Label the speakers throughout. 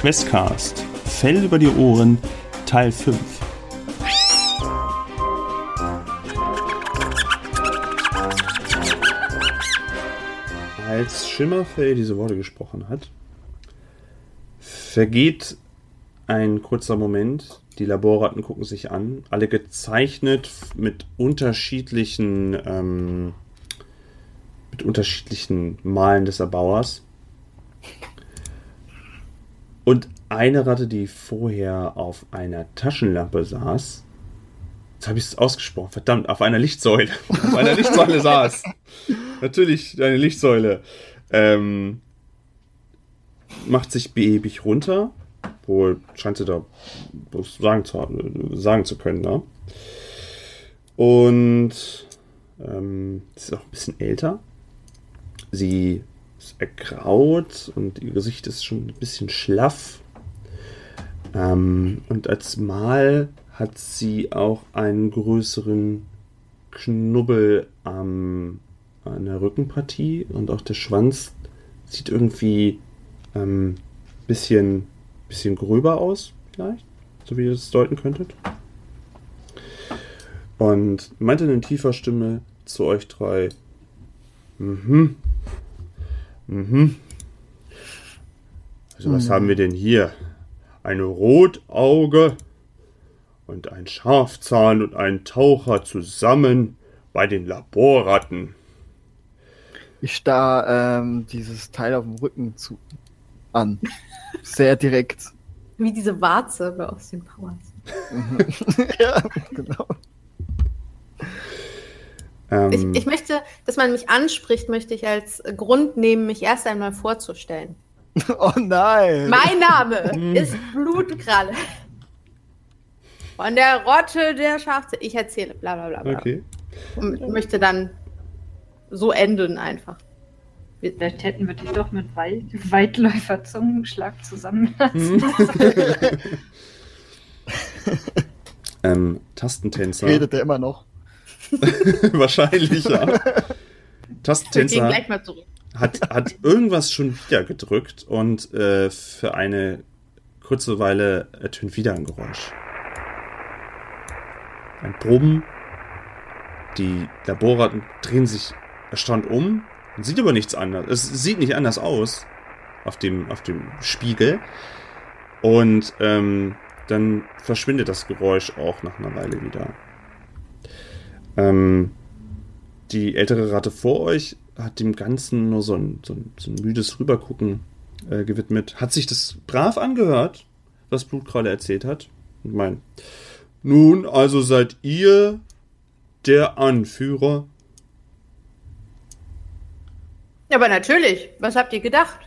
Speaker 1: Questcast. Fell über die Ohren, Teil 5. Als Schimmerfell diese Worte gesprochen hat, vergeht ein kurzer Moment. Die Laborratten gucken sich an, alle gezeichnet mit unterschiedlichen Malen des Erbauers. Und eine Ratte, die vorher auf einer Taschenlampe saß, jetzt habe ich es ausgesprochen, verdammt, auf einer Lichtsäule. Auf einer Lichtsäule saß. Natürlich eine Lichtsäule. Macht sich behäbig runter. Wohl scheint sie da sagen zu können, ne? Und sie ist auch ein bisschen älter. Sie ist ergraut und ihr Gesicht ist schon ein bisschen schlaff. Und als Mal hat sie auch einen größeren Knubbel an der Rückenpartie und auch der Schwanz sieht irgendwie bisschen gröber aus, vielleicht, so wie ihr das deuten könntet. Und meinte in tiefer Stimme zu euch drei: Also was haben wir denn hier? Ein Rotauge und ein Schafzahn und ein Taucher zusammen bei den Laborratten.
Speaker 2: Ich starr dieses Teil auf dem Rücken an. Sehr direkt.
Speaker 3: Wie diese Warze aus den Powers.
Speaker 2: Ja, genau.
Speaker 3: Ich möchte, dass man mich anspricht, möchte ich als Grund nehmen, mich erst einmal vorzustellen.
Speaker 2: Oh nein!
Speaker 3: Mein Name ist Blutkralle. Von der Rotte der Schafzähne. Ich erzähle, bla bla bla. Bla.
Speaker 1: Okay.
Speaker 3: Und möchte dann so enden einfach.
Speaker 4: Vielleicht hätten wir die doch mit Weitläufer-Zungenschlag zusammenlassen.
Speaker 1: Tastentänzer.
Speaker 2: Redet er immer noch?
Speaker 1: Wahrscheinlich, ja. Tastentänzer
Speaker 3: Wir gehen gleich mal zurück.
Speaker 1: hat irgendwas schon wieder gedrückt und für eine kurze Weile ertönt wieder ein Geräusch. Ein Brummen. Die Laborratten drehen sich erstaunt um. Sieht aber nichts anders. Es sieht nicht anders aus auf dem Spiegel. Und dann verschwindet das Geräusch auch nach einer Weile wieder. Die ältere Ratte vor euch hat dem Ganzen nur so ein müdes Rübergucken gewidmet. Hat sich das brav angehört, was Blutkralle erzählt hat. Und meint: Nun, also seid ihr der Anführer?
Speaker 3: Aber natürlich, was habt ihr gedacht?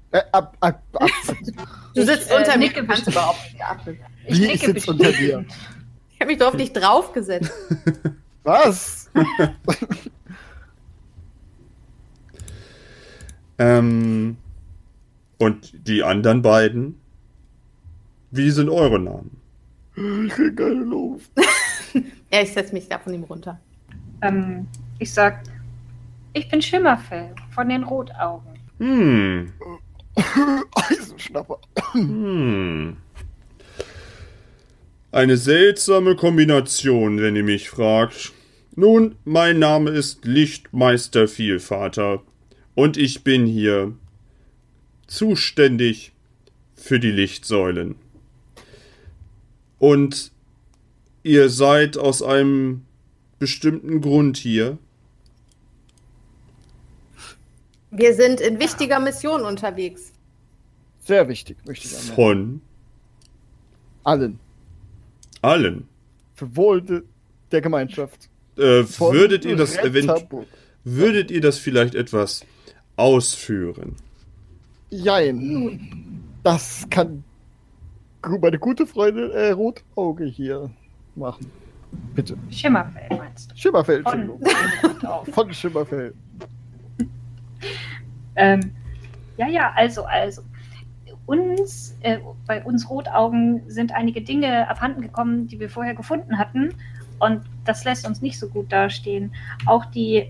Speaker 3: Du sitzt unter mir, kannst überhaupt nicht atmen.
Speaker 2: Ich sitze unter dir.
Speaker 3: Ich habe mich doch auf dich draufgesetzt.
Speaker 2: Was?
Speaker 1: Und die anderen beiden? Wie sind eure Namen?
Speaker 2: Ich krieg keine Luft.
Speaker 3: Ja, ich setze mich da von ihm runter.
Speaker 4: Ich sag, ich bin Schimmerfell von den Rotaugen.
Speaker 2: Eisenschnapper.
Speaker 1: Eine seltsame Kombination, wenn ihr mich fragt. Nun, mein Name ist Lichtmeister Vielvater und ich bin hier zuständig für die Lichtsäulen. Und ihr seid aus einem bestimmten Grund hier.
Speaker 3: Wir sind in wichtiger Mission unterwegs.
Speaker 2: Sehr wichtig, möchte ich anmerken.
Speaker 1: Von
Speaker 2: Allen.
Speaker 1: allen.
Speaker 2: Für Wohl der Gemeinschaft.
Speaker 1: Würdet ihr das vielleicht etwas ausführen?
Speaker 2: Jein. Das kann meine gute Freundin Rotauge hier machen. Bitte.
Speaker 4: Schimmerfell meinst du?
Speaker 2: Schimmerfell.
Speaker 4: Von
Speaker 2: Von Schimmerfell.
Speaker 4: Also. Bei uns Rotaugen sind einige Dinge abhanden gekommen, die wir vorher gefunden hatten. Und das lässt uns nicht so gut dastehen. Auch die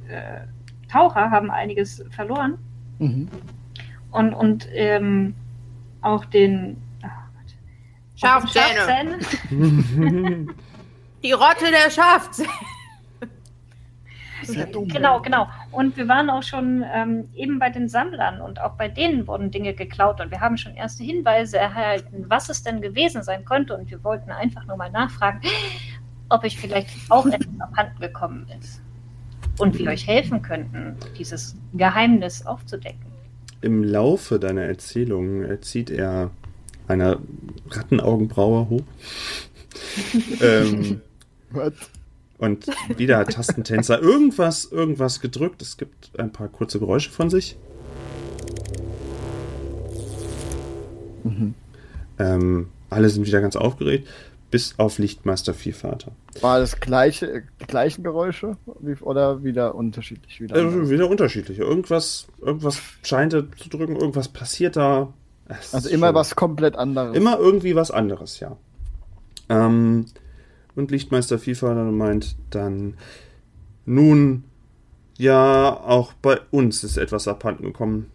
Speaker 4: Taucher haben einiges verloren.
Speaker 2: Mhm.
Speaker 4: Und auch den
Speaker 3: Schafzähne. Die Rotte der Schafzähne.
Speaker 2: Sehr dumm.
Speaker 4: Genau. Und wir waren auch schon eben bei den Sammlern und auch bei denen wurden Dinge geklaut und wir haben schon erste Hinweise erhalten, was es denn gewesen sein könnte und wir wollten einfach nur mal nachfragen, ob euch vielleicht auch etwas abhanden gekommen ist und wir euch helfen könnten, dieses Geheimnis aufzudecken.
Speaker 1: Im Laufe deiner Erzählung zieht er eine Rattenaugenbraue hoch.
Speaker 2: Was?
Speaker 1: Und wieder hat Tastentänzer irgendwas gedrückt. Es gibt ein paar kurze Geräusche von sich. Alle sind wieder ganz aufgeregt, bis auf Lichtmeister Vielvater.
Speaker 2: War das die gleichen Geräusche oder wieder unterschiedlich?
Speaker 1: Wieder unterschiedliche. Irgendwas scheint zu drücken, irgendwas passiert da.
Speaker 2: Also immer was komplett anderes.
Speaker 1: Immer irgendwie was anderes, ja. Und Lichtmeister Vielvater meint dann, nun, ja, auch bei uns ist etwas abhanden gekommen.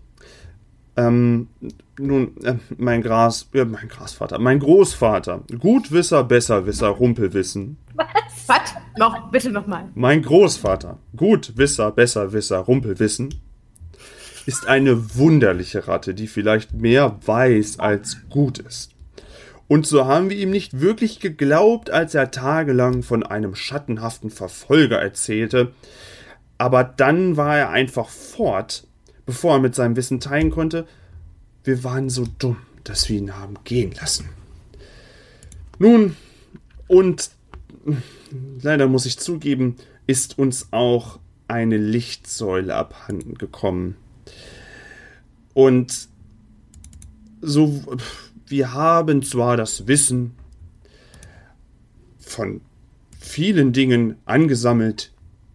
Speaker 1: Mein Großvater, Gutwisser, Besserwisser, Rumpelwissen.
Speaker 3: Was? Bitte nochmal.
Speaker 1: Mein Großvater, Gutwisser, Besserwisser, Rumpelwissen, ist eine wunderliche Ratte, die vielleicht mehr weiß als gut ist. Und so haben wir ihm nicht wirklich geglaubt, als er tagelang von einem schattenhaften Verfolger erzählte. Aber dann war er einfach fort, bevor er mit seinem Wissen teilen konnte. Wir waren so dumm, dass wir ihn haben gehen lassen. Nun, und leider muss ich zugeben, ist uns auch eine Lichtsäule abhanden gekommen. Und so... Wir haben zwar das Wissen von vielen Dingen angesammelt,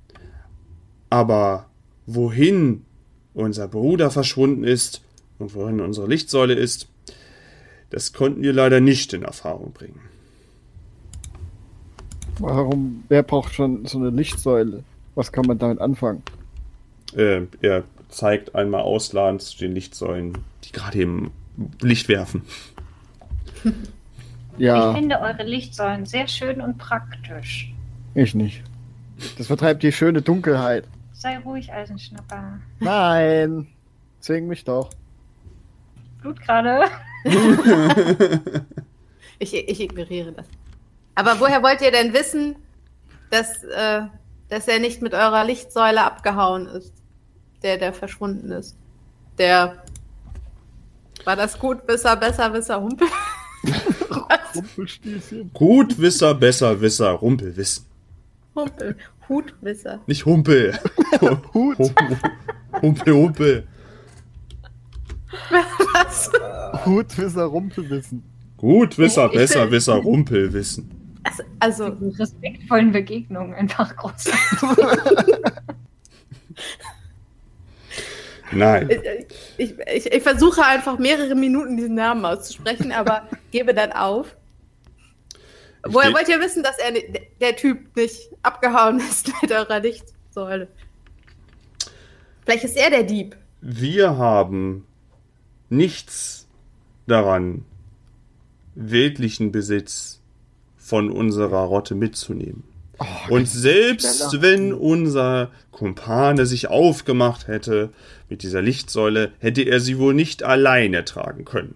Speaker 1: aber wohin unser Bruder verschwunden ist und wohin unsere Lichtsäule ist, das konnten wir leider nicht in Erfahrung bringen.
Speaker 2: Wer braucht schon so eine Lichtsäule? Was kann man damit anfangen?
Speaker 1: Er zeigt einmal ausladend zu den Lichtsäulen, die gerade im Licht werfen.
Speaker 2: Ja.
Speaker 4: Ich finde eure Lichtsäulen sehr schön und praktisch.
Speaker 2: Ich nicht. Das vertreibt die schöne Dunkelheit.
Speaker 4: Sei ruhig, Eisenschnapper.
Speaker 2: Nein. Zwing mich doch.
Speaker 4: Blut gerade.
Speaker 3: Ich ignoriere das. Aber woher wollt ihr denn wissen, dass er nicht mit eurer Lichtsäule abgehauen ist? Der verschwunden ist. War das Gutwisser, Besserwisser, Humpel?
Speaker 2: Rumpelstilzchen.
Speaker 1: Gutwisser, Besserwisser, Rumpelwissen.
Speaker 3: Hutwisser.
Speaker 1: Nicht Humpel.
Speaker 2: Hut.
Speaker 1: Humpel.
Speaker 3: Was?
Speaker 2: Hutwisser, Rumpelwissen.
Speaker 1: Gutwisser, Besserwisser, Rumpelwissen.
Speaker 3: Also
Speaker 4: Die respektvollen Begegnungen einfach groß.
Speaker 1: Nein.
Speaker 3: Ich versuche einfach mehrere Minuten diesen Namen auszusprechen, aber gebe dann auf. Woher wollt ihr wissen, dass der Typ nicht abgehauen ist mit eurer Lichtsäule? Vielleicht ist er der Dieb.
Speaker 1: Wir haben nichts daran, weltlichen Besitz von unserer Rotte mitzunehmen. Und selbst wenn unser Kumpane sich aufgemacht hätte mit dieser Lichtsäule, hätte er sie wohl nicht alleine tragen können.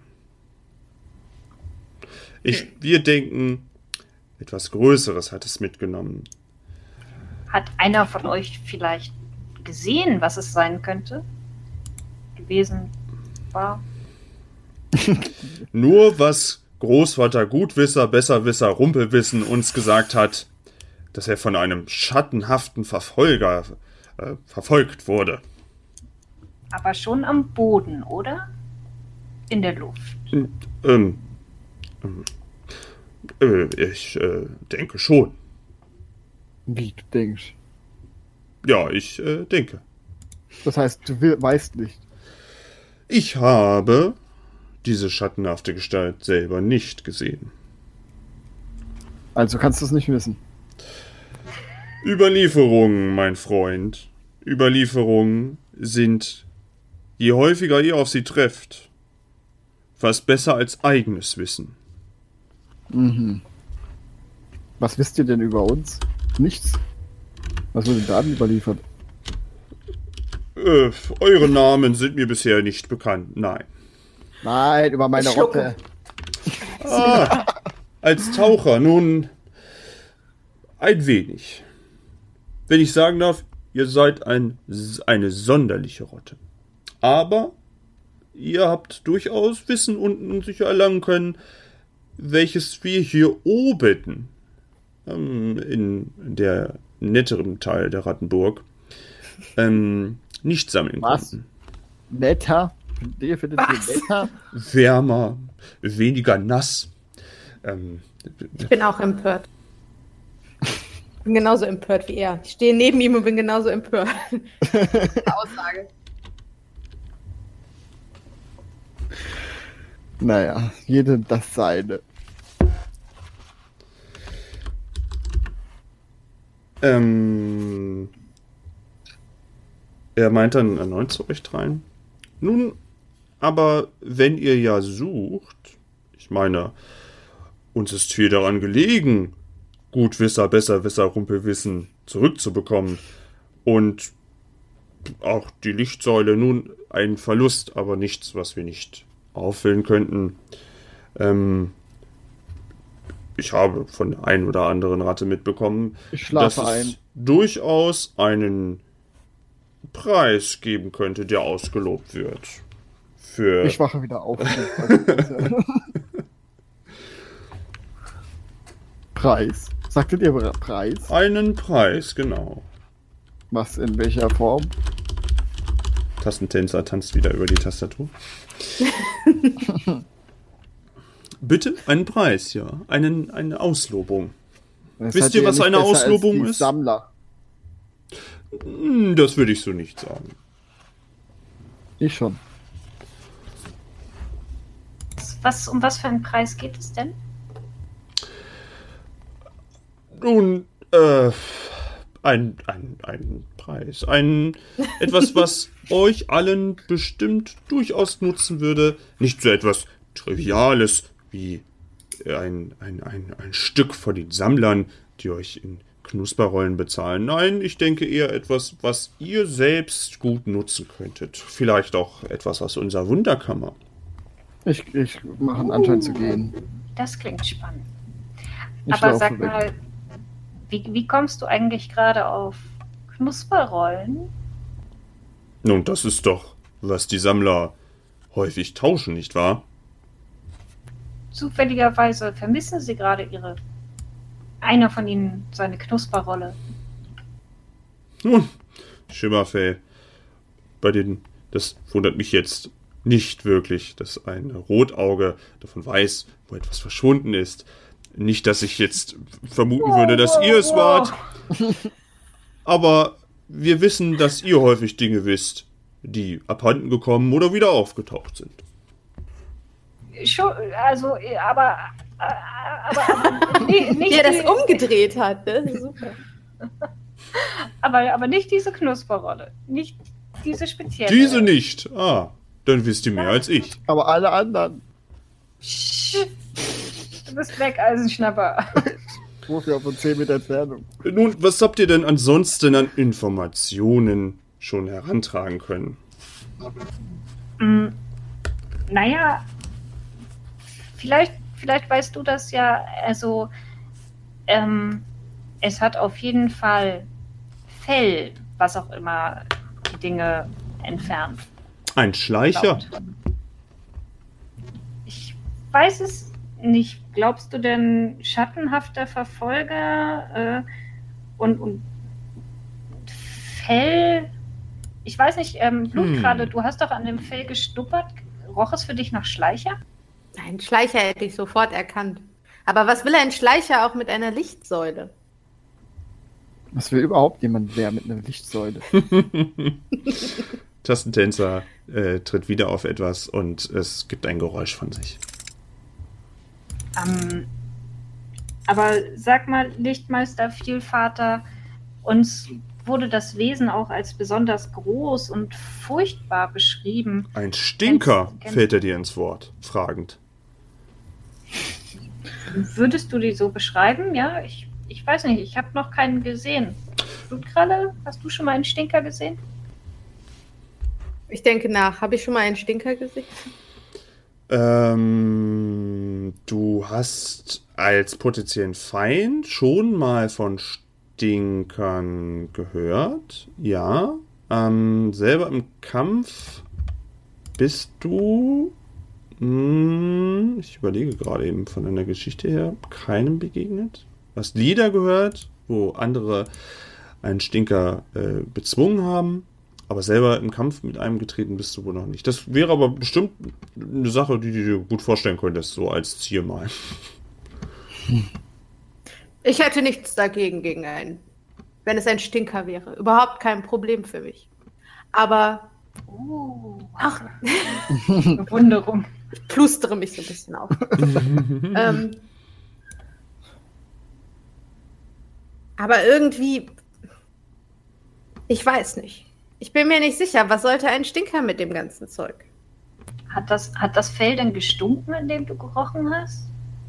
Speaker 1: Wir denken, etwas Größeres hat es mitgenommen.
Speaker 4: Hat einer von euch vielleicht gesehen, was es sein könnte? Gewesen war?
Speaker 1: Nur was Großvater Gutwisser, Besserwisser, Rumpelwissen uns gesagt hat, dass er von einem schattenhaften Verfolger verfolgt wurde.
Speaker 4: Aber schon am Boden, oder? In der Luft.
Speaker 1: Ich denke schon.
Speaker 2: Wie du denkst.
Speaker 1: Ja, ich denke.
Speaker 2: Das heißt, du weißt nicht.
Speaker 1: Ich habe diese schattenhafte Gestalt selber nicht gesehen.
Speaker 2: Also kannst du es nicht wissen.
Speaker 1: Überlieferungen, mein Freund. Überlieferungen sind, je häufiger ihr auf sie trefft, fast besser als eigenes Wissen.
Speaker 2: Mhm. Was wisst ihr denn über uns? Nichts. Was wurde da überliefert?
Speaker 1: Eure Namen sind mir bisher nicht bekannt, nein.
Speaker 2: Nein, über meine Rotte.
Speaker 1: Als Taucher, nun, ein wenig. Wenn ich sagen darf, ihr seid eine sonderliche Rotte. Aber ihr habt durchaus Wissen unten sicher erlangen können, welches wir hier oben, in der netteren Teil der Rattenburg, nicht sammeln konnten.
Speaker 2: Netter? Ihr findet ihr netter?
Speaker 1: Wärmer, weniger nass.
Speaker 3: Ich bin auch empört. Ich bin genauso empört wie er. Ich stehe neben ihm und bin genauso empört. Aussage.
Speaker 2: Naja, jedem das seine.
Speaker 1: Er meint dann erneut zu euch dreien. Nun, aber wenn ihr ja sucht, ich meine, uns ist viel daran gelegen, Gutwisser, Besserwisser, Rumpelwissen zurückzubekommen. Und auch die Lichtsäule, nun ein Verlust, aber nichts, was wir nicht auffüllen könnten. Ich habe von der einen oder anderen Ratte mitbekommen, dass es durchaus einen Preis geben könnte, der ausgelobt wird.
Speaker 2: Ich wache wieder auf. Preis? Sagtet ihr Preis?
Speaker 1: Einen Preis, genau.
Speaker 2: Was, in welcher Form?
Speaker 1: Tastentänzer tanzt wieder über die Tastatur. Bitte? Einen Preis, ja. Eine Auslobung. Wisst ihr, was eine Auslobung ist?
Speaker 2: Sammler.
Speaker 1: Das würde ich so nicht sagen.
Speaker 2: Ich schon.
Speaker 4: Um was für einen Preis geht es denn?
Speaker 1: Nun, ein Preis. Etwas, was euch allen bestimmt durchaus nutzen würde. Nicht so etwas Triviales wie ein Stück von den Sammlern, die euch in Knusperrollen bezahlen. Nein, ich denke eher etwas, was ihr selbst gut nutzen könntet. Vielleicht auch etwas aus unserer Wunderkammer.
Speaker 2: Ich mache einen Anschein zu gehen.
Speaker 4: Das klingt spannend. Aber sag mal, wie kommst du eigentlich gerade auf Knusperrollen?
Speaker 1: Nun, das ist doch, was die Sammler häufig tauschen, nicht wahr?
Speaker 4: Zufälligerweise vermissen sie gerade einer von ihnen seine Knusperrolle.
Speaker 1: Nun, Schimmerfell, das wundert mich jetzt nicht wirklich, dass ein Rotauge davon weiß, wo etwas verschwunden ist. Nicht, dass ich jetzt vermuten würde, dass ihr es wart. Aber wir wissen, dass ihr häufig Dinge wisst, die abhanden gekommen oder wieder aufgetaucht sind.
Speaker 4: Schon, also, aber nicht
Speaker 3: der das umgedreht hat, das ist super.
Speaker 4: aber nicht diese Knusperrolle. Nicht diese spezielle.
Speaker 1: Diese nicht? Dann wisst ihr mehr als ich.
Speaker 2: Aber alle anderen.
Speaker 4: Du bist weg, Eisenschnapper.
Speaker 2: Ich rufe ja von 10 Meter Entfernung.
Speaker 1: Nun, was habt ihr denn ansonsten an Informationen schon herantragen können?
Speaker 4: Naja, vielleicht weißt du das ja, also es hat auf jeden Fall Fell, was auch immer die Dinge entfernt.
Speaker 1: Ein Schleicher?
Speaker 4: Ich weiß es nicht. Glaubst du denn schattenhafter Verfolger und Fell? Ich weiß nicht, Blutkralle, du hast doch an dem Fell gestuppert. Roch es für dich nach Schleicher?
Speaker 3: Ein Schleicher hätte ich sofort erkannt. Aber was will ein Schleicher auch mit einer Lichtsäule?
Speaker 2: Was will überhaupt jemand wer mit einer Lichtsäule?
Speaker 1: Tastentänzer tritt wieder auf etwas und es gibt ein Geräusch von sich.
Speaker 4: Aber sag mal, Lichtmeister, Vielvater, uns wurde das Wesen auch als besonders groß und furchtbar beschrieben.
Speaker 1: Ein Stinker, fällt er dir ins Wort, fragend.
Speaker 4: Würdest du die so beschreiben? Ja, ich weiß nicht, ich habe noch keinen gesehen. Blutkralle, hast du schon mal einen Stinker gesehen?
Speaker 3: Ich denke nach. Habe ich schon mal einen Stinker gesehen?
Speaker 1: Du hast als potenziellen Feind schon mal von Stinkern gehört. Ja. Selber im Kampf bist du, ich überlege gerade eben von einer Geschichte her, keinem begegnet. Du hast Lieder gehört, wo andere einen Stinker bezwungen haben. Aber selber im Kampf mit einem getreten bist du wohl noch nicht. Das wäre aber bestimmt eine Sache, die du dir gut vorstellen könntest, so als Ziel mal.
Speaker 3: Ich hätte nichts dagegen gegen einen, wenn es ein Stinker wäre. Überhaupt kein Problem für mich. Aber, ach,
Speaker 4: Bewunderung.
Speaker 3: ich plustere mich so ein bisschen auf. Aber irgendwie, ich weiß nicht. Ich bin mir nicht sicher, was sollte ein Stinker mit dem ganzen Zeug?
Speaker 4: Hat das Fell denn gestunken, in dem du gerochen hast?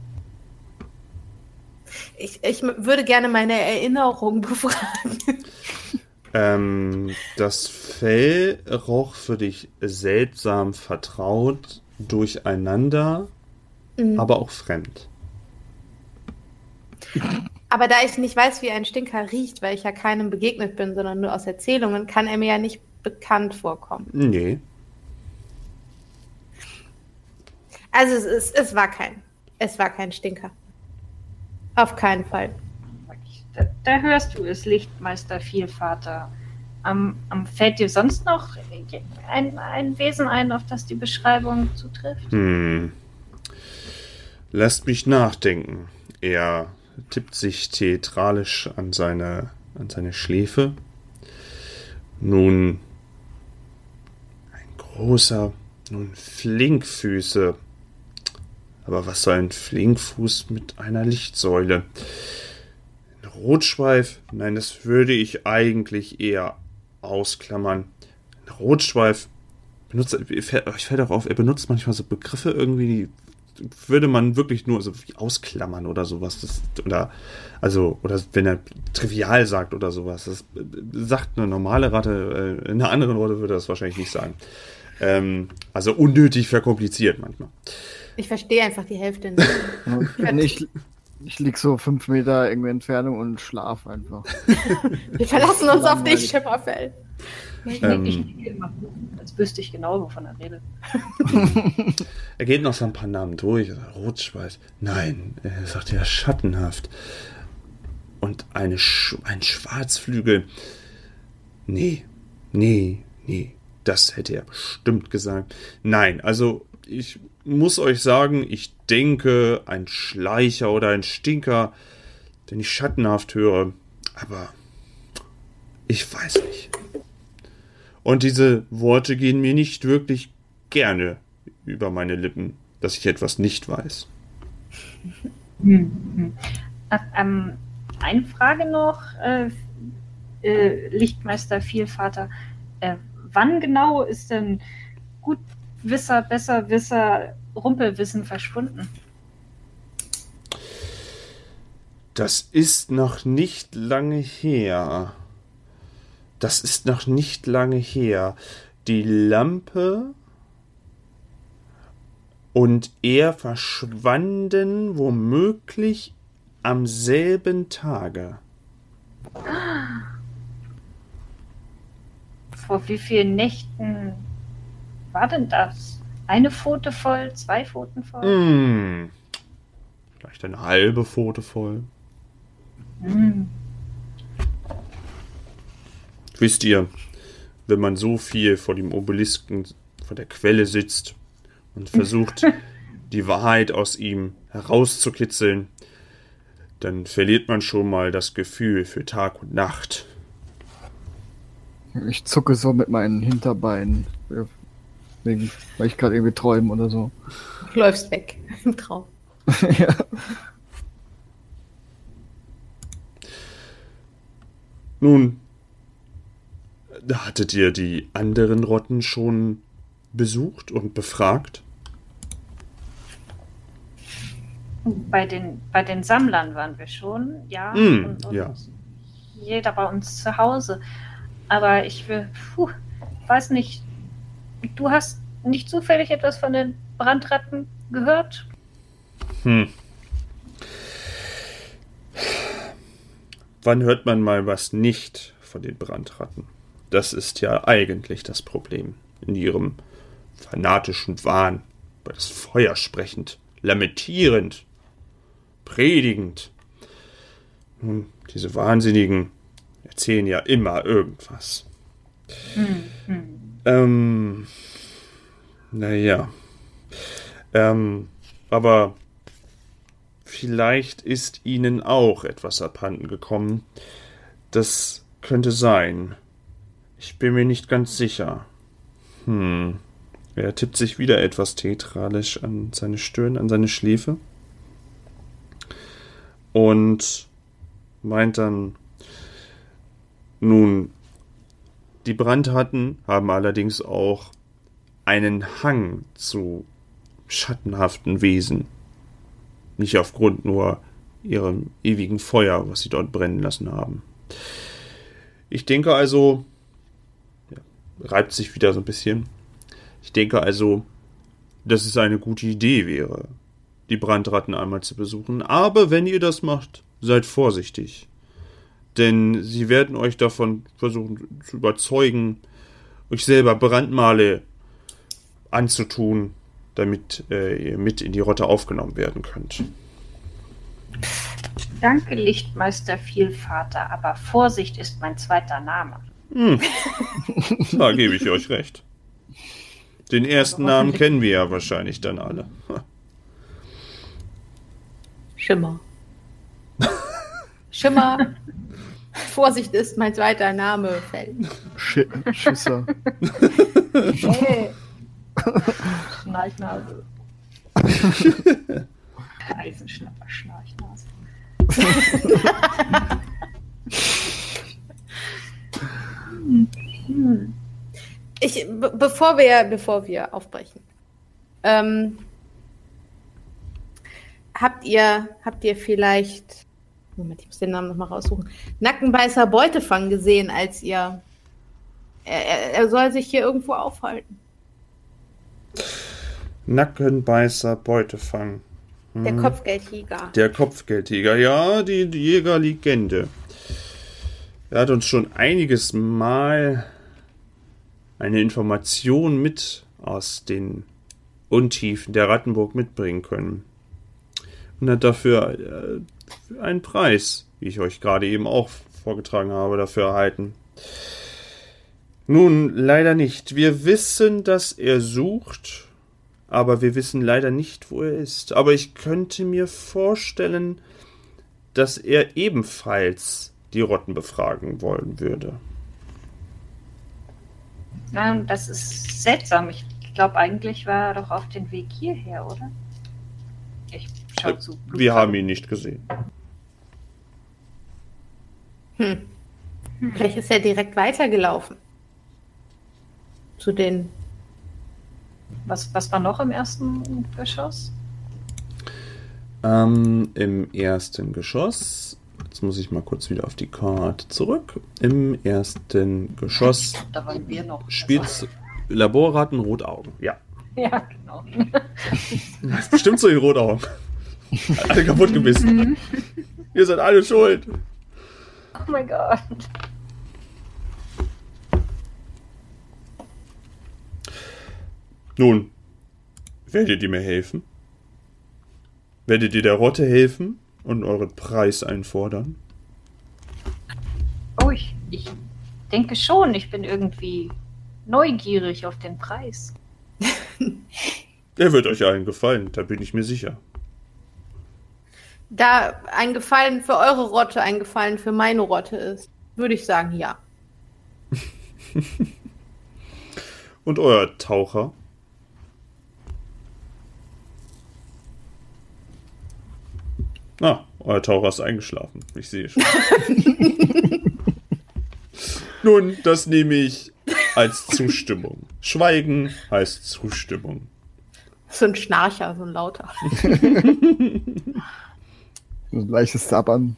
Speaker 3: Ich würde gerne meine Erinnerung befragen.
Speaker 1: Das Fell roch für dich seltsam vertraut durcheinander, aber auch fremd.
Speaker 3: Aber da ich nicht weiß, wie ein Stinker riecht, weil ich ja keinem begegnet bin, sondern nur aus Erzählungen, kann er mir ja nicht bekannt vorkommen.
Speaker 1: Nee.
Speaker 3: Also es war kein Stinker. Auf keinen Fall.
Speaker 4: Da hörst du es, Lichtmeister Vielvater. Fällt dir sonst noch ein Wesen ein, auf das die Beschreibung zutrifft?
Speaker 1: Lasst mich nachdenken. Er tippt sich theatralisch an seine Schläfe. Nun, ein großer, nun Flinkfüße. Aber was soll ein Flinkfuß mit einer Lichtsäule? Ein Rotschweif? Nein, das würde ich eigentlich eher ausklammern. Ein Rotschweif benutzt, ich fällt auch auf, er benutzt manchmal so Begriffe irgendwie, die würde man wirklich nur so wie ausklammern oder sowas. Oder wenn er trivial sagt oder sowas. Das sagt eine normale Ratte, in einer anderen Ratte würde er das wahrscheinlich nicht sagen. Also unnötig verkompliziert manchmal.
Speaker 3: Ich verstehe einfach die Hälfte nicht.
Speaker 2: Ich lieg so 5 Meter irgendwo Entfernung und schlaf einfach.
Speaker 3: Wir verlassen uns auf dich, Schimmerfell.
Speaker 4: Ich liege immer, als wüsste ich genau, wovon er redet.
Speaker 1: Er geht noch so ein paar Namen durch. Rotschweif. Nein, er sagt ja schattenhaft. Und ein Schwarzflügel. Nee. Das hätte er bestimmt gesagt. Nein, also ich muss euch sagen, ich denke, ein Schleicher oder ein Stinker, den ich schattenhaft höre. Aber ich weiß nicht. Und diese Worte gehen mir nicht wirklich gerne über meine Lippen, dass ich etwas nicht weiß.
Speaker 4: Eine Frage noch, Lichtmeister Vielvater. Wann genau ist denn Gutwisser, Besserwisser, Rumpelwissen verschwunden?
Speaker 1: Das ist noch nicht lange her. Die Lampe und er verschwanden womöglich am selben Tage.
Speaker 4: Vor wie vielen Nächten war denn das? Eine Pfote voll, 2 Pfoten voll?
Speaker 1: Vielleicht eine halbe Pfote voll. Wisst ihr, wenn man so viel vor dem Obelisken, vor der Quelle sitzt und versucht, die Wahrheit aus ihm herauszukitzeln, dann verliert man schon mal das Gefühl für Tag und Nacht.
Speaker 2: Ich zucke so mit meinen Hinterbeinen, weil ich gerade irgendwie träume oder so.
Speaker 3: Du läufst weg im Traum.
Speaker 2: Ja.
Speaker 1: Nun, Hattet ihr die anderen Rotten schon besucht und befragt?
Speaker 4: Bei den Sammlern waren wir schon, ja. Und
Speaker 1: ja.
Speaker 4: Jeder bei uns zu Hause. Aber weiß nicht, du hast nicht zufällig etwas von den Brandratten gehört?
Speaker 1: Wann hört man mal was nicht von den Brandratten? Das ist ja eigentlich das Problem. In ihrem fanatischen Wahn, über das Feuer sprechend, lamentierend, predigend. Diese Wahnsinnigen erzählen ja immer irgendwas. Naja. Aber vielleicht ist ihnen auch etwas abhanden gekommen. Das könnte sein. Ich bin mir nicht ganz sicher. Er tippt sich wieder etwas theatralisch an seine Stirn, an seine Schläfe. Und meint dann, nun, die Brandratten haben allerdings auch einen Hang zu schattenhaften Wesen. Nicht aufgrund nur ihrem ewigen Feuer, was sie dort brennen lassen haben. Ich denke also, reibt sich wieder so ein bisschen. Ich denke also, dass es eine gute Idee wäre, die Brandratten einmal zu besuchen. Aber wenn ihr das macht, seid vorsichtig. Denn sie werden euch davon versuchen zu überzeugen, euch selber Brandmale anzutun, damit ihr mit in die Rotte aufgenommen werden könnt.
Speaker 4: Danke, Lichtmeister Vielvater, aber Vorsicht ist mein zweiter Name.
Speaker 1: Da gebe ich euch recht. Den ersten Namen kennen wir ja wahrscheinlich dann alle.
Speaker 3: Schimmer. Schimmer. Vorsicht ist mein zweiter Name. Feld.
Speaker 2: Schisser.
Speaker 4: Hey. Schnarchnase. Eisenschnapper, Schnarchnase.
Speaker 3: Bevor wir aufbrechen, habt ihr vielleicht, Moment, ich muss den Namen nochmal raussuchen, Nackenbeißer Beutefang gesehen, als ihr, er soll sich hier irgendwo aufhalten.
Speaker 1: Nackenbeißer Beutefang.
Speaker 3: Der Kopfgeldjäger.
Speaker 1: Der Kopfgeldjäger, ja, die Jägerlegende. Er hat uns schon einiges Mal eine Information mit aus den Untiefen der Rattenburg mitbringen können. Und hat dafür einen Preis, wie ich euch gerade eben auch vorgetragen habe, dafür erhalten. Nun, leider nicht. Wir wissen, dass er sucht, aber wir wissen leider nicht, wo er ist. Aber ich könnte mir vorstellen, dass er ebenfalls die Rotten befragen wollen würde.
Speaker 4: Das ist seltsam. Ich glaube, eigentlich war er doch auf dem Weg hierher, oder? Ich schau zu.
Speaker 1: Wir haben ihn nicht gesehen.
Speaker 3: Vielleicht ist er direkt weitergelaufen. Zu den...
Speaker 4: Was war noch im ersten Geschoss?
Speaker 1: Im ersten Geschoss, jetzt muss ich mal kurz wieder auf die Karte zurück. Im ersten Geschoss
Speaker 4: Da waren wir noch.
Speaker 1: spielt Laborratten Rotaugen. Ja.
Speaker 4: Ja, genau.
Speaker 1: Das ist bestimmt so die Rotaugen. Alle kaputt gebissen. Ihr seid alle schuld.
Speaker 4: Oh mein Gott.
Speaker 1: Nun, werdet ihr mir helfen? Werdet ihr der Rotte helfen und euren Preis einfordern?
Speaker 4: Oh, ich denke schon. Ich bin irgendwie neugierig auf den Preis.
Speaker 1: Er wird euch allen gefallen, da bin ich mir sicher.
Speaker 3: Da ein Gefallen für eure Rotte ein Gefallen für meine Rotte ist, würde ich sagen, ja.
Speaker 1: Und euer Taucher? Euer Taucher ist eingeschlafen. Ich sehe schon. Nun, das nehme ich als Zustimmung. Schweigen heißt Zustimmung.
Speaker 3: So ein Schnarcher, so ein lauter.
Speaker 2: So ein leichtes Sabbern.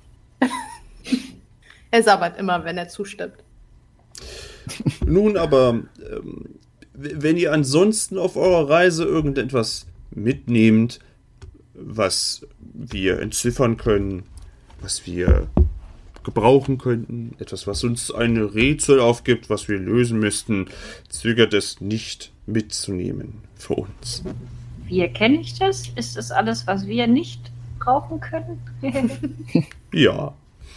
Speaker 3: Er sabbert immer, wenn er zustimmt.
Speaker 1: Nun aber, wenn ihr ansonsten auf eurer Reise irgendetwas mitnehmt, was wir entziffern können, was wir gebrauchen könnten, etwas, was uns ein Rätsel aufgibt, was wir lösen müssten, zögert es nicht mitzunehmen für uns.
Speaker 4: Wie erkenne ich das? Ist das alles, was wir nicht brauchen können?
Speaker 1: Ja.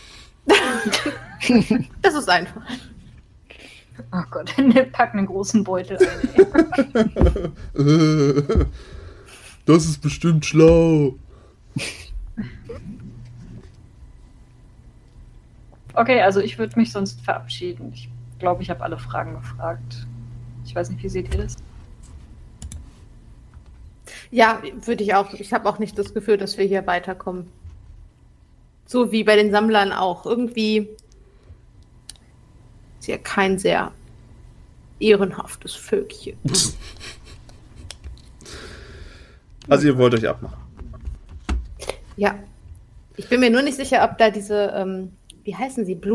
Speaker 3: Das ist einfach.
Speaker 4: Oh Gott, pack einen großen Beutel ein.
Speaker 1: Das ist bestimmt schlau.
Speaker 4: Okay, also ich würde mich sonst verabschieden. Ich glaube, ich habe alle Fragen gefragt. Ich weiß nicht, wie seht ihr das?
Speaker 3: Ja, würde ich auch. Ich habe auch nicht das Gefühl, dass wir hier weiterkommen. So wie bei den Sammlern auch. Irgendwie ist ja kein sehr ehrenhaftes Völkchen.
Speaker 1: Also ihr wollt euch abmachen.
Speaker 3: Ja. Ich bin mir nur nicht sicher, ob da diese, wie heißen sie?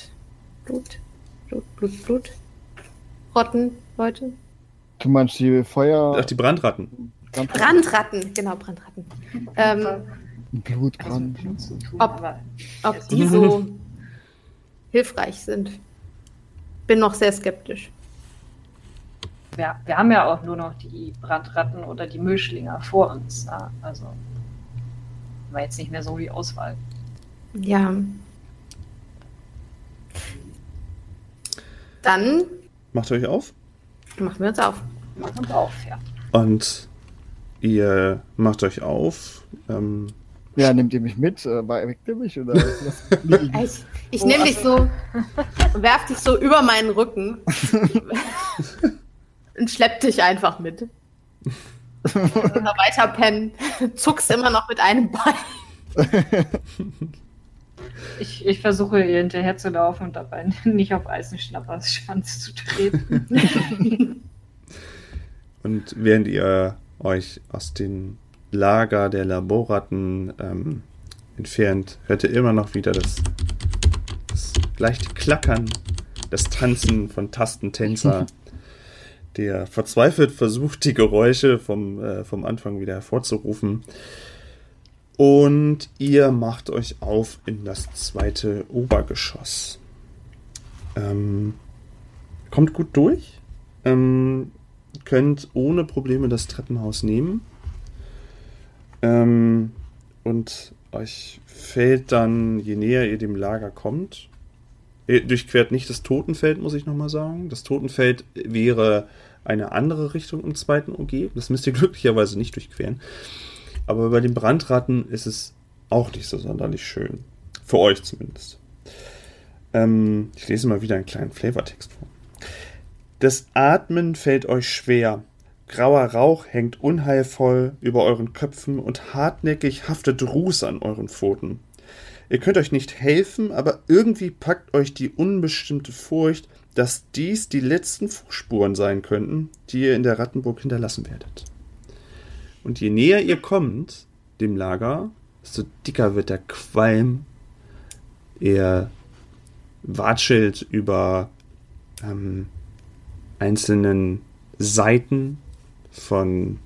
Speaker 3: Rotten, Leute?
Speaker 2: Du meinst die Feuer...
Speaker 1: Ach, die Brandratten.
Speaker 3: Brandratten, genau, Brandratten.
Speaker 2: Blutbrand.
Speaker 3: Ob die so hilfreich sind. Bin noch sehr skeptisch.
Speaker 4: Wir haben ja auch nur noch die Brandratten oder die Mischlinge vor uns. Ja? Also war jetzt nicht mehr so die Auswahl.
Speaker 3: Ja. Dann
Speaker 1: Macht euch auf.
Speaker 3: machen wir uns auf.
Speaker 4: Machen uns auf, ja.
Speaker 1: Und ihr macht euch auf.
Speaker 2: Ja, nehmt ihr mich mit? Weckt ihr mich? Oder lasst mich liegen?
Speaker 3: Ich nehme dich so, werf dich so über meinen Rücken und schlepp dich einfach mit. Immer weiter pennen. Zuckst immer noch mit einem Bein.
Speaker 4: Ich versuche ihr hinterher zu laufen und dabei nicht auf Eisenschnappers Schwanz zu treten.
Speaker 1: Und während ihr euch aus dem Lager der Laborratten entfernt, hört ihr immer noch wieder das leichte Klackern, das Tanzen von Tastentänzer, der verzweifelt versucht, die Geräusche vom Anfang wieder hervorzurufen. Und ihr macht euch auf in das zweite Obergeschoss. Kommt gut durch. Könnt ohne Probleme das Treppenhaus nehmen. Und euch fällt dann, je näher ihr dem Lager kommt, ihr durchquert nicht das Totenfeld, muss ich nochmal sagen. Das Totenfeld wäre eine andere Richtung im zweiten OG. Das müsst ihr glücklicherweise nicht durchqueren. Aber bei den Brandratten ist es auch nicht so sonderlich schön. Für euch zumindest. Ich lese mal wieder einen kleinen Flavortext vor. Das Atmen fällt euch schwer. Grauer Rauch hängt unheilvoll über euren Köpfen und hartnäckig haftet Ruß an euren Pfoten. Ihr könnt euch nicht helfen, aber irgendwie packt euch die unbestimmte Furcht, dass dies die letzten Fußspuren sein könnten, die ihr in der Rattenburg hinterlassen werdet. Und je näher ihr kommt, dem Lager, desto dicker wird der Qualm. Er watschelt über einzelnen Seiten von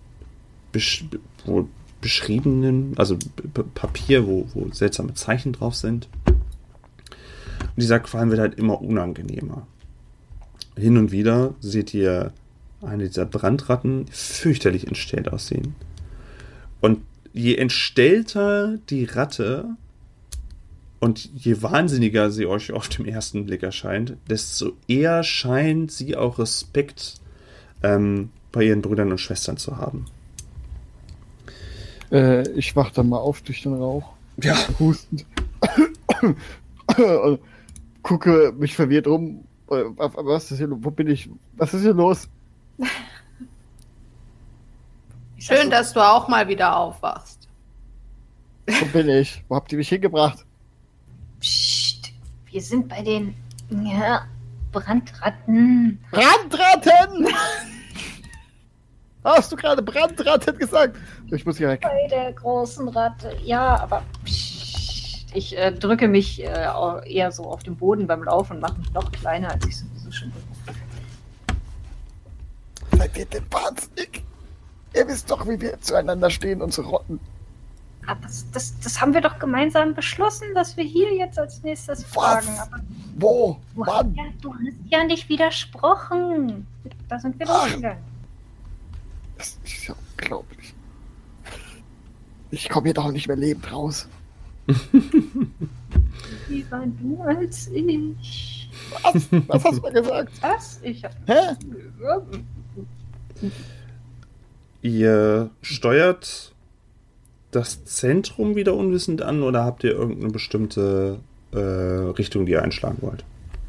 Speaker 1: beschriebenen, also Papier, wo seltsame Zeichen drauf sind. Und dieser Qualm wird halt immer unangenehmer. Hin und wieder seht ihr eine dieser Brandratten, die fürchterlich entstellt aussehen. Und je entstellter die Ratte und je wahnsinniger sie euch auf den ersten Blick erscheint, desto eher scheint sie auch Respekt bei ihren Brüdern und Schwestern zu haben.
Speaker 2: Ich wach dann mal auf durch den Rauch.
Speaker 1: Ja.
Speaker 2: Hustend. Und gucke mich verwirrt um. Was ist hier los? Wo bin ich? Was ist hier los?
Speaker 3: Schön, dass du auch mal wieder aufwachst.
Speaker 2: Wo bin ich? Wo habt ihr mich hingebracht?
Speaker 4: Psst, wir sind bei den... Ja, Brandratten.
Speaker 2: Brandratten! Hast du gerade Brandratten gesagt? Ich muss hier weg.
Speaker 4: Bei der großen Ratte. Ja, aber ich drücke mich eher so auf den Boden beim Laufen und mache mich noch kleiner, als ich sowieso schon bin.
Speaker 2: Seid ihr denn wahnsinnig? Ihr wisst doch, wie wir zueinander stehen, unsere Rotten.
Speaker 4: Aber das haben wir doch gemeinsam beschlossen, dass wir hier jetzt als nächstes fragen. Aber
Speaker 2: Wo? Wann?
Speaker 4: ja, du hast ja nicht widersprochen. Da sind wir losgegangen.
Speaker 2: Das ist ja unglaublich. Ich komme hier doch nicht mehr lebend raus.
Speaker 4: Wie war du als ich?
Speaker 2: Was? Was hast du mir gesagt?
Speaker 4: Was? Ich hab...
Speaker 2: Hä?
Speaker 1: Ihr steuert das Zentrum wieder unwissend an oder habt ihr irgendeine bestimmte Richtung, die ihr einschlagen wollt?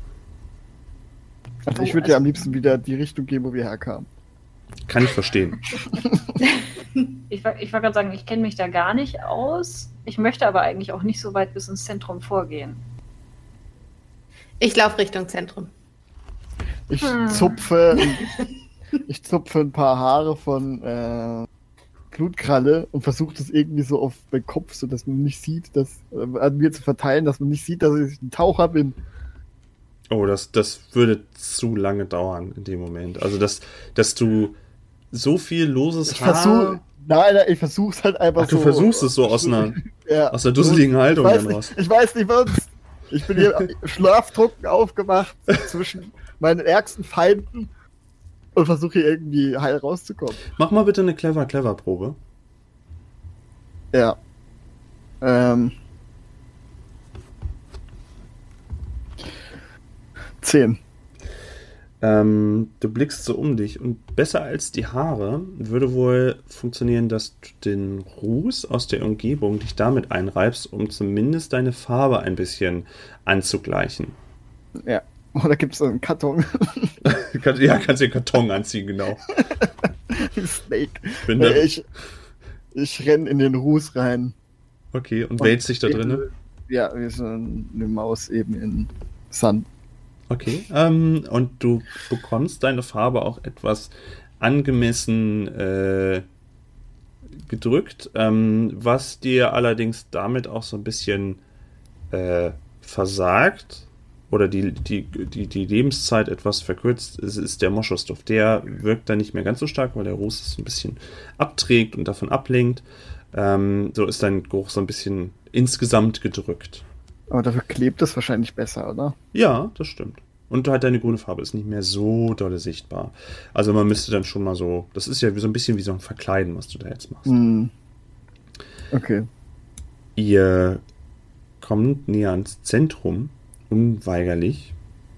Speaker 2: Also ich würde ja am liebsten wieder die Richtung gehen, wo wir herkamen.
Speaker 1: Kann ich verstehen.
Speaker 4: Ich wollte gerade sagen, ich kenne mich da gar nicht aus. Ich möchte aber eigentlich auch nicht so weit bis ins Zentrum vorgehen.
Speaker 3: Ich laufe Richtung Zentrum.
Speaker 2: Ich zupfe ein paar Haare von Blutkralle und versuche das irgendwie so auf meinen Kopf, so dass man nicht sieht, an mir zu verteilen, dass man nicht sieht, dass ich ein Taucher bin.
Speaker 1: Oh, das würde zu lange dauern in dem Moment. Also, dass du so viel loses Haar...
Speaker 2: Nein, ich versuch's halt einfach so.
Speaker 1: Du versuchst es so aus einer dusseligen Haltung
Speaker 2: dann
Speaker 1: raus.
Speaker 2: Ich weiß nicht, was. Ich bin hier schlaftrunken aufgemacht zwischen meinen ärgsten Feinden und versuche hier irgendwie heil rauszukommen.
Speaker 1: Mach mal bitte eine Clever-Probe.
Speaker 2: Ja. 10.
Speaker 1: Du blickst so um dich und besser als die Haare würde wohl funktionieren, dass du den Ruß aus der Umgebung dich damit einreibst, um zumindest deine Farbe ein bisschen anzugleichen.
Speaker 2: Ja. Oder gibt es so einen Karton?
Speaker 1: Ja, kannst du den Karton anziehen, genau.
Speaker 2: Snake. Ich renne in den Ruß rein.
Speaker 1: Okay, und wälzt dich da drinnen?
Speaker 2: Ja, wie so eine Maus eben in Sand.
Speaker 1: Okay, und du bekommst deine Farbe auch etwas angemessen gedrückt, was dir allerdings damit auch so ein bisschen versagt oder die Lebenszeit etwas verkürzt, ist der Moschusduft. Der wirkt dann nicht mehr ganz so stark, weil der Ruß es ein bisschen abträgt und davon ablenkt. So ist dein Geruch so ein bisschen insgesamt gedrückt.
Speaker 2: Aber dafür klebt es wahrscheinlich besser, oder?
Speaker 1: Ja, das stimmt. Und halt deine grüne Farbe ist nicht mehr so dolle sichtbar. Also man müsste dann schon mal so... Das ist ja so ein bisschen wie so ein Verkleiden, was du da jetzt machst.
Speaker 2: Okay.
Speaker 1: Ihr kommt näher ans Zentrum, unweigerlich.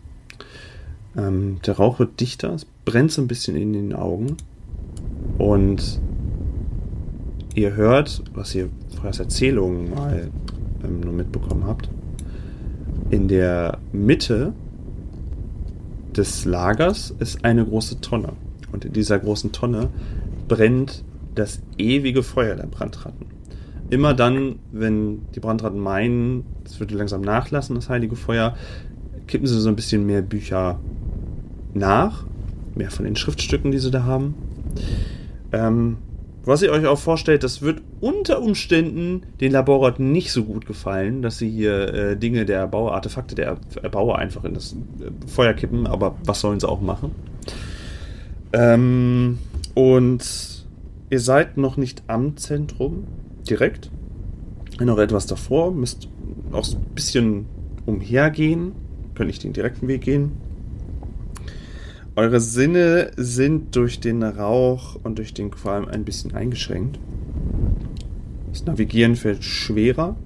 Speaker 1: Der Rauch wird dichter, es brennt so ein bisschen in den Augen. Und ihr hört, was ihr aus Erzählungen mal nur mitbekommen habt, in der Mitte des Lagers ist eine große Tonne. Und in dieser großen Tonne brennt das ewige Feuer der Brandratten. Immer dann, wenn die Brandratten meinen, es würde langsam nachlassen, das heilige Feuer, kippen sie so ein bisschen mehr Bücher nach. Mehr von den Schriftstücken, die sie da haben. Was ihr euch auch vorstellt, das wird unter Umständen den Laborratten nicht so gut gefallen, dass sie hier Dinge der Erbauer, Artefakte der Erbauer einfach in das Feuer kippen, aber was sollen sie auch machen? Und ihr seid noch nicht am Zentrum direkt, noch etwas davor, müsst auch so ein bisschen umhergehen, könnt nicht den direkten Weg gehen. Eure Sinne sind durch den Rauch und durch den Qualm ein bisschen eingeschränkt. Das Navigieren fällt schwerer.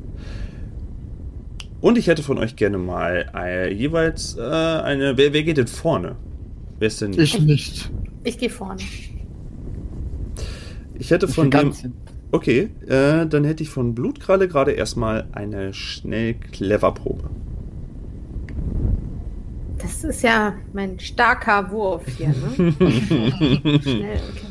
Speaker 1: Und ich hätte von euch gerne mal jeweils eine... Wer geht denn vorne? Wer ist denn...
Speaker 2: Ich nicht.
Speaker 3: Ich gehe vorne.
Speaker 1: Ich hätte von dem... Okay, dann hätte ich von Blutkralle gerade erstmal eine Schnell-Clever-Probe.
Speaker 3: Das ist ja mein starker Wurf hier, ne? Schnell, okay.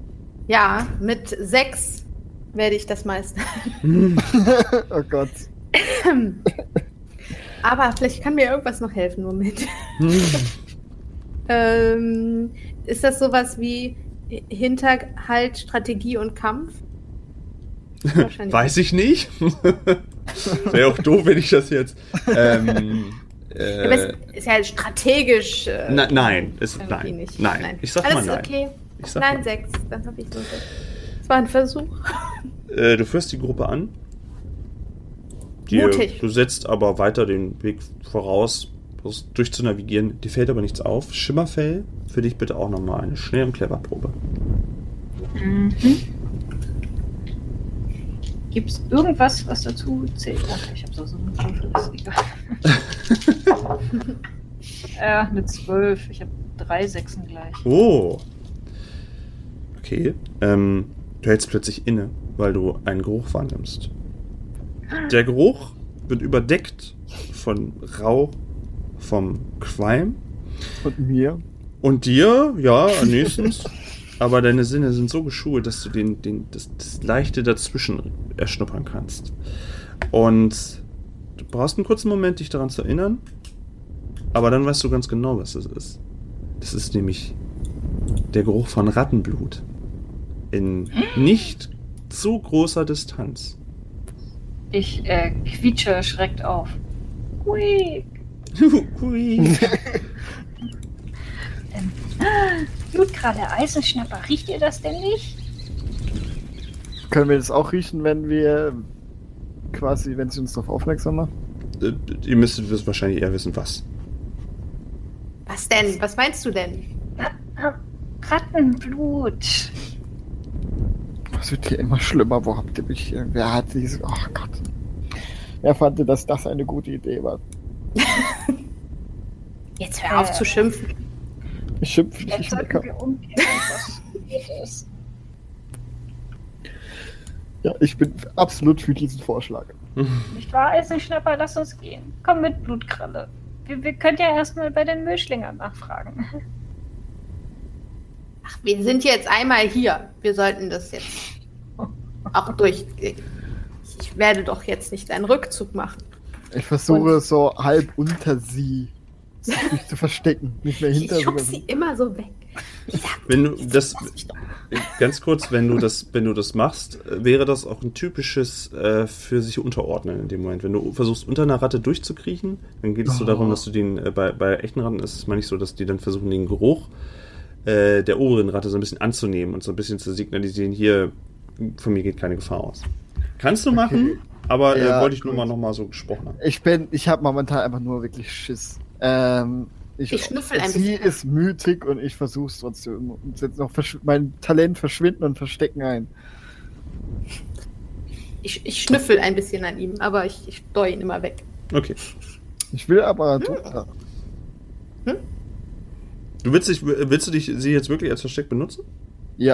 Speaker 3: Ja, mit 6 werde ich das meistern.
Speaker 2: Oh Gott.
Speaker 3: Aber vielleicht kann mir irgendwas noch helfen. Moment. Ist das sowas wie Hinterhalt, Strategie und Kampf?
Speaker 1: Weiß ich nicht. Wäre auch doof, wenn ich das jetzt...
Speaker 3: ist ja strategisch.
Speaker 1: Nein,
Speaker 3: nein.
Speaker 1: Nicht. Nein. Ich sag
Speaker 3: alles
Speaker 1: mal nein.
Speaker 3: Okay.
Speaker 1: Ich sag
Speaker 3: nein,
Speaker 1: mal.
Speaker 3: 6. Dann habe ich so 6. Das war ein Versuch.
Speaker 1: Du führst die Gruppe an.
Speaker 3: Mutig.
Speaker 1: Du setzt aber weiter den Weg voraus, durchzunavigieren. Dir fällt aber nichts auf. Schimmerfell, für dich bitte auch nochmal eine Schnell- und Clever-Probe.
Speaker 4: Gibt es irgendwas, was dazu zählt? Ach, ich habe so einen Würfel, ist egal. Eine 12. Ich habe 3 Sechsen gleich.
Speaker 1: Oh. Okay. Du hältst plötzlich inne, weil du einen Geruch wahrnimmst. Der Geruch wird überdeckt von Rauch, vom Qualm.
Speaker 2: Und mir.
Speaker 1: Und dir, ja, nächstens. Aber deine Sinne sind so geschult, dass du das Leichte dazwischen erschnuppern kannst. Und du brauchst einen kurzen Moment, dich daran zu erinnern. Aber dann weißt du ganz genau, was es ist. Das ist nämlich der Geruch von Rattenblut. In nicht zu großer Distanz.
Speaker 4: Ich quietsche erschreckt auf. Hui.
Speaker 1: Hui.
Speaker 4: Blutkralle, Eisenschnapper, riecht ihr das denn nicht?
Speaker 2: Können wir das auch riechen, wenn sie uns darauf aufmerksam machen?
Speaker 1: Ihr müsstet wahrscheinlich eher wissen, was.
Speaker 3: Was denn? Was meinst du denn?
Speaker 4: Rattenblut.
Speaker 2: Das wird hier immer schlimmer. Wo habt ihr mich hier? Wer hat diese... Oh Gott. Wer fand, dass das eine gute Idee war?
Speaker 3: Jetzt hör auf zu schimpfen.
Speaker 2: Ich schimpfe nicht.
Speaker 4: Jetzt sollten wir umkehren, was ist.
Speaker 2: Ja, ich bin absolut für diesen Vorschlag.
Speaker 4: Nicht wahr, Eisenschnapper? Lass uns gehen. Komm mit, Blutkralle. Wir können ja erstmal bei den Müllschlingern nachfragen.
Speaker 3: Ach, wir sind jetzt einmal hier. Wir sollten das jetzt auch durchgehen. Ich werde doch jetzt nicht einen Rückzug machen.
Speaker 2: Ich versuche so halb unter sie mich zu verstecken. Nicht mehr hinter
Speaker 3: ich schub sie immer so weg.
Speaker 1: Wenn du das, ganz kurz, wenn du das machst, wäre das auch ein typisches für sich unterordnen in dem Moment. Wenn du versuchst, unter einer Ratte durchzukriechen, dann geht es so darum, dass du den, bei echten Ratten ist es mal nicht so, dass die dann versuchen, den Geruch der oberen Ratte so ein bisschen anzunehmen und so ein bisschen zu signalisieren, hier, von mir geht keine Gefahr aus. Kannst du machen, aber wollte ich nur mal nochmal so gesprochen haben.
Speaker 2: Ich habe momentan einfach nur wirklich Schiss.
Speaker 3: Ich schnüffel ein
Speaker 2: sie
Speaker 3: bisschen.
Speaker 2: ist mütig und ich versuche es trotzdem. Und setze noch mein Talent verschwinden und verstecken ein.
Speaker 3: Ich schnüffel ein bisschen an ihm, aber ich steuere ihn immer weg.
Speaker 1: Okay.
Speaker 2: Ich will aber...
Speaker 1: Willst du sie jetzt wirklich als Versteck benutzen?
Speaker 2: Ja.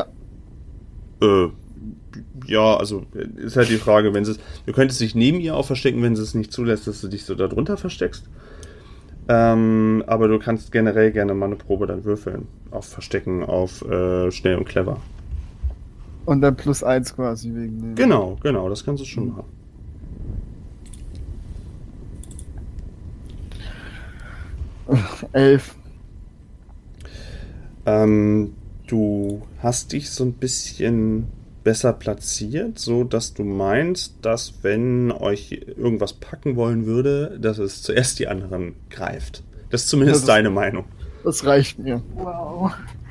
Speaker 1: Ja, also ist halt die Frage, du könntest dich neben ihr auch verstecken, wenn sie es nicht zulässt, dass du dich so da drunter versteckst. Aber du kannst generell gerne mal eine Probe dann würfeln. Auf Verstecken, auf Schnell und Clever.
Speaker 2: Und dann +1 quasi wegen dem.
Speaker 1: Genau, das kannst du schon machen.
Speaker 2: Elf.
Speaker 1: Du hast dich so ein bisschen besser platziert, so dass du meinst, dass wenn euch irgendwas packen wollen würde, dass es zuerst die anderen greift. Das ist zumindest deine Meinung.
Speaker 2: Das reicht mir.
Speaker 4: Wow.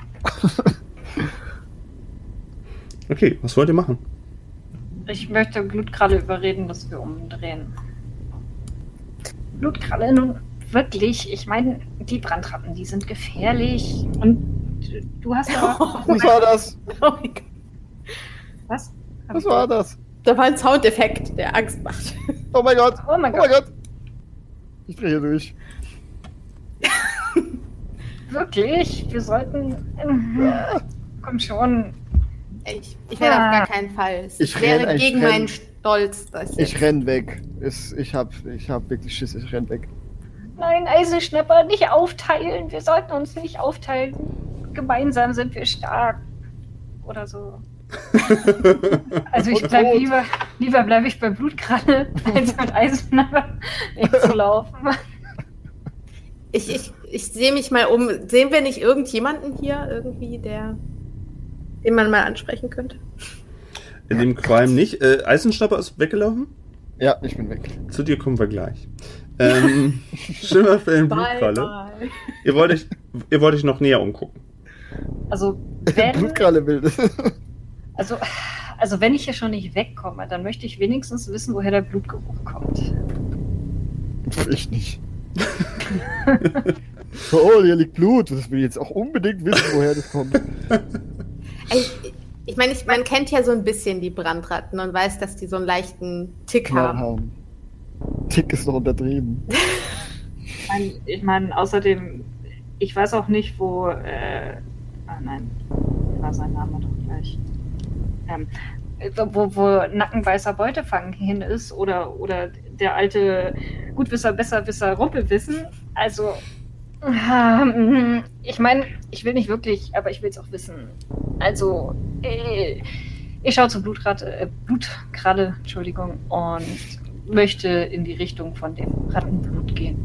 Speaker 1: Okay, was wollt ihr machen?
Speaker 4: Ich möchte Blutkralle überreden, dass wir umdrehen. Blutkralle, nun wirklich, ich meine, die Brandratten, die sind gefährlich. Und du hast aber...
Speaker 2: Was war das?
Speaker 3: Oh mein Gott.
Speaker 4: Was?
Speaker 2: Was war das?
Speaker 3: Da war ein Soundeffekt, der Angst macht.
Speaker 2: Oh mein Gott.
Speaker 4: Oh mein Gott.
Speaker 2: Ich drehe durch.
Speaker 4: Wirklich? Wir sollten... Komm schon.
Speaker 3: Ich werde auf gar keinen Fall. Es wäre gegen meinen Stolz.
Speaker 2: Ich renn weg. Ich hab wirklich Schiss. Ich renn weg.
Speaker 4: Nein, Eisenschnapper, nicht aufteilen. Wir sollten uns nicht aufteilen. Gemeinsam sind wir stark. Oder so. Also ich bleib lieber... Lieber bleibe ich bei Blutkralle, als mit Eisenschnabber wegzulaufen.
Speaker 3: Ich sehe mich mal um. Sehen wir nicht irgendjemanden hier irgendwie, den man mal ansprechen könnte?
Speaker 1: In dem Qualm nicht. Eisenschnapper ist weggelaufen?
Speaker 2: Ja, ich bin weg.
Speaker 1: Zu dir kommen wir gleich. Schimmerfell, Blutkralle. Ihr wollt euch noch näher umgucken.
Speaker 4: Also, wenn...
Speaker 2: Blutkralle will.
Speaker 4: Also wenn ich hier schon nicht wegkomme, dann möchte ich wenigstens wissen, woher der Blutgeruch kommt.
Speaker 2: Ich nicht. Oh, hier liegt Blut. Das will ich jetzt auch unbedingt wissen, woher das kommt.
Speaker 3: Ich meine, man kennt ja so ein bisschen die Brandratten und weiß, dass die so einen leichten Tick haben.
Speaker 2: Tick ist noch untertrieben.
Speaker 4: Ich meine, außerdem, ich weiß auch nicht, wo... nein, war sein Name doch gleich. Wo Nackenbeißer Beutefang hin ist oder der alte Gutwisser, Besserwisser Rumpelwissen. Also, ich meine, ich will nicht wirklich, aber ich will es auch wissen. Also, ich schaue zur Blutkralle, Entschuldigung, und möchte in die Richtung von dem Rattenblut gehen.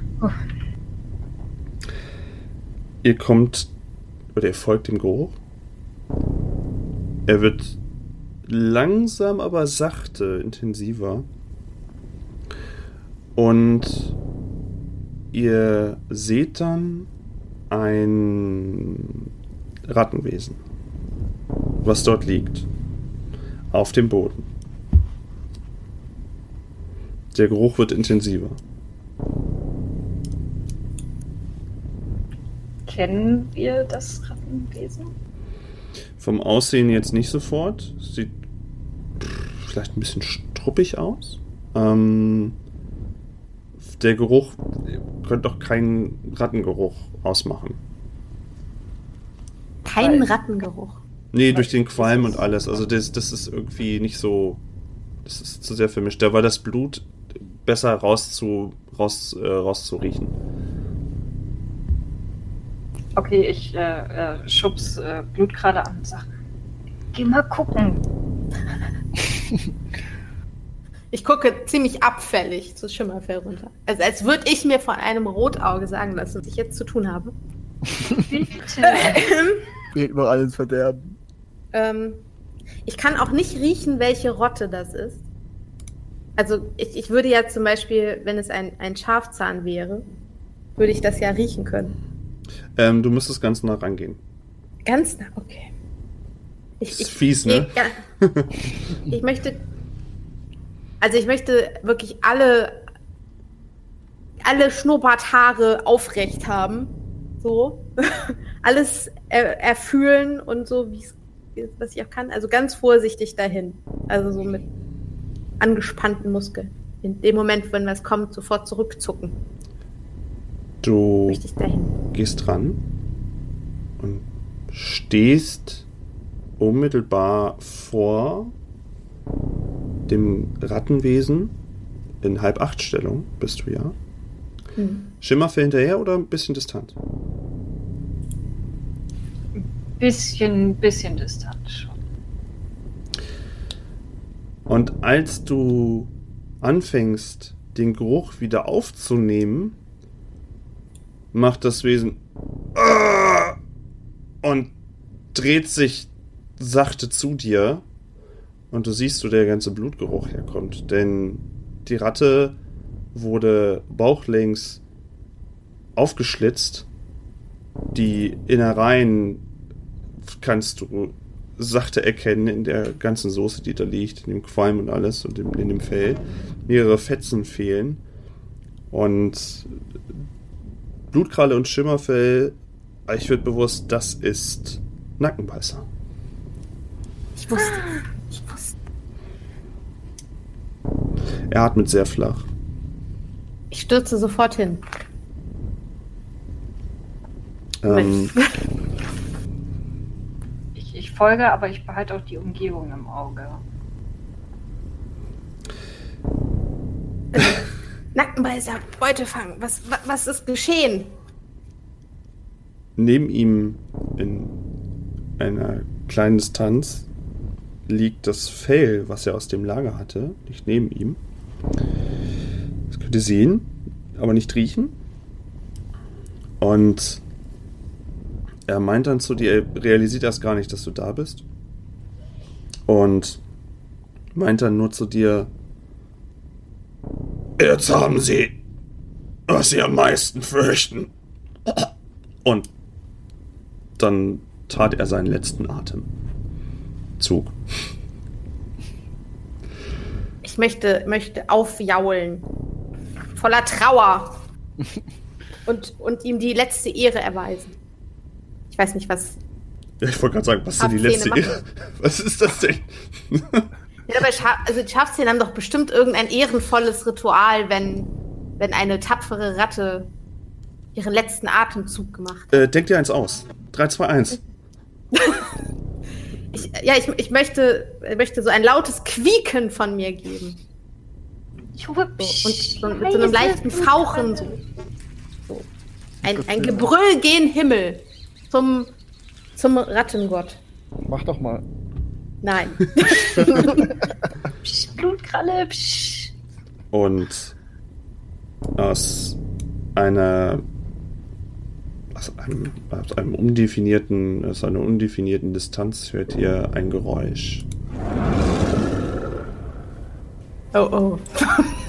Speaker 1: Ihr kommt, oder ihr folgt dem Geruch. Er wird langsam, aber sachte intensiver. Und ihr seht dann ein Rattenwesen, was dort liegt. Auf dem Boden. Der Geruch wird intensiver.
Speaker 4: Kennen wir das Rattenwesen?
Speaker 1: Vom Aussehen jetzt nicht sofort. Sieht vielleicht ein bisschen struppig aus. Der Geruch könnte doch keinen Rattengeruch ausmachen.
Speaker 3: Keinen Rattengeruch?
Speaker 1: Nee, durch den Qualm und alles. Also das ist irgendwie nicht so... Das ist zu sehr vermischt. Da war das Blut besser rauszuriechen.
Speaker 4: Okay, ich schub's Blutkralle an und sag, geh mal gucken.
Speaker 3: Ich gucke ziemlich abfällig zu Schimmerfell runter. Also als würde ich mir von einem Rotauge sagen lassen, was ich jetzt zu tun habe.
Speaker 4: Bitte.
Speaker 2: Geht noch alles verderben.
Speaker 3: Ich kann auch nicht riechen, welche Rotte das ist. Also ich würde ja zum Beispiel, wenn es ein Schafzahn wäre, würde ich das ja riechen können.
Speaker 1: Du müsstest ganz nah rangehen.
Speaker 3: Ganz nah, okay.
Speaker 1: Ist fies, ne?
Speaker 3: Ja, ich möchte wirklich alle Schnurrbarthaare aufrecht haben. So. Alles erfühlen und so, was ich auch kann. Also ganz vorsichtig dahin. Also so mit angespannten Muskeln. In dem Moment, wenn was kommt, sofort zurückzucken.
Speaker 1: Du gehst ran und stehst unmittelbar vor dem Rattenwesen in 7:30 bist du ja. Schimmerfell hinterher oder ein bisschen distant?
Speaker 4: Bisschen distant schon.
Speaker 1: Und als du anfängst, den Geruch wieder aufzunehmen, macht das Wesen und dreht sich sachte zu dir und du siehst, wo der ganze Blutgeruch herkommt. Denn die Ratte wurde bauchlängs aufgeschlitzt. Die Innereien kannst du sachte erkennen in der ganzen Soße, die da liegt, in dem Qualm und alles und in dem Fell. Mehrere Fetzen fehlen. Und Blutkralle und Schimmerfell, euch wird bewusst, das ist Nackenbeißer.
Speaker 3: Ich wusste.
Speaker 1: Er atmet sehr flach.
Speaker 3: Ich stürze sofort hin.
Speaker 4: Ich folge, aber ich behalte auch die Umgebung im Auge.
Speaker 3: Nackenbeißer, Beutefang, was ist geschehen?
Speaker 1: Neben ihm in einer kleinen Distanz liegt das Fell, was er aus dem Lager hatte, nicht neben ihm. Das könnt ihr sehen, aber nicht riechen. Und er meint dann zu dir, er realisiert erst gar nicht, dass du da bist. Und meint dann nur zu dir, jetzt haben sie, was sie am meisten fürchten. Und dann tat er seinen letzten Atemzug.
Speaker 3: Ich möchte aufjaulen. Voller Trauer. und ihm die letzte Ehre erweisen. Ich weiß nicht, was...
Speaker 1: Ja, ich wollte gerade sagen, was ist denn die letzte Ehre? Was ist das denn?
Speaker 3: Ja, aber die Schafszähne haben doch bestimmt irgendein ehrenvolles Ritual, wenn eine tapfere Ratte ihren letzten Atemzug gemacht hat.
Speaker 1: Denk dir eins aus. 3, 2, 1.
Speaker 3: Ich möchte so ein lautes Quieken von mir geben. So, und mit so einem leichten Fauchen. So. Ein Gebrüll gen Himmel. Zum Rattengott.
Speaker 2: Mach doch mal.
Speaker 3: Nein.
Speaker 4: Psch, Blutkralle, psch.
Speaker 1: Und aus einer undefinierten Distanz hört ihr ein Geräusch.
Speaker 3: Oh.